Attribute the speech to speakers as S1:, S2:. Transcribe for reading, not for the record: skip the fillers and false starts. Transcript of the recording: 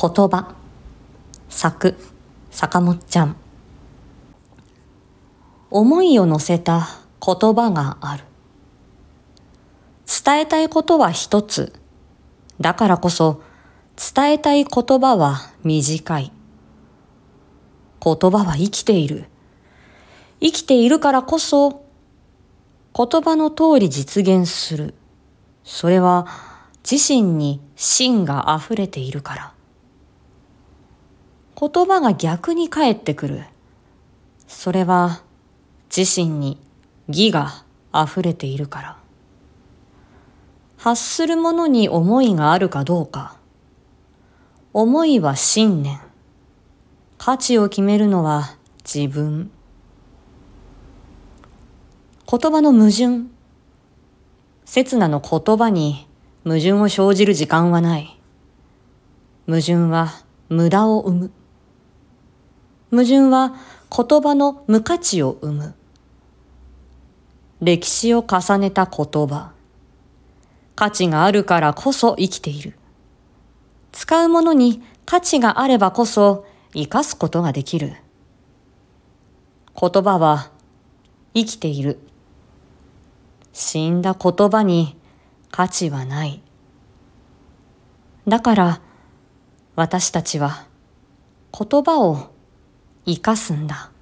S1: 言葉、作、坂本ちゃん。思いを乗せた言葉がある。伝えたいことは一つ。だからこそ伝えたい言葉は短い。言葉は生きている。生きているからこそ言葉の通り実現する。それは自身に真があふれているから。言葉が逆に返ってくる。それは自身に義があふれているから。発するものに思いがあるかどうか。思いは信念。価値を決めるのは自分。言葉の矛盾。刹那の言葉に矛盾を生じる時間はない。矛盾は無駄を生む。矛盾は言葉の無価値を生む。歴史を重ねた言葉。価値があるからこそ生きている。使うものに価値があればこそ生かすことができる。言葉は生きている。死んだ言葉に価値はない。だから私たちは言葉を生かすんだ。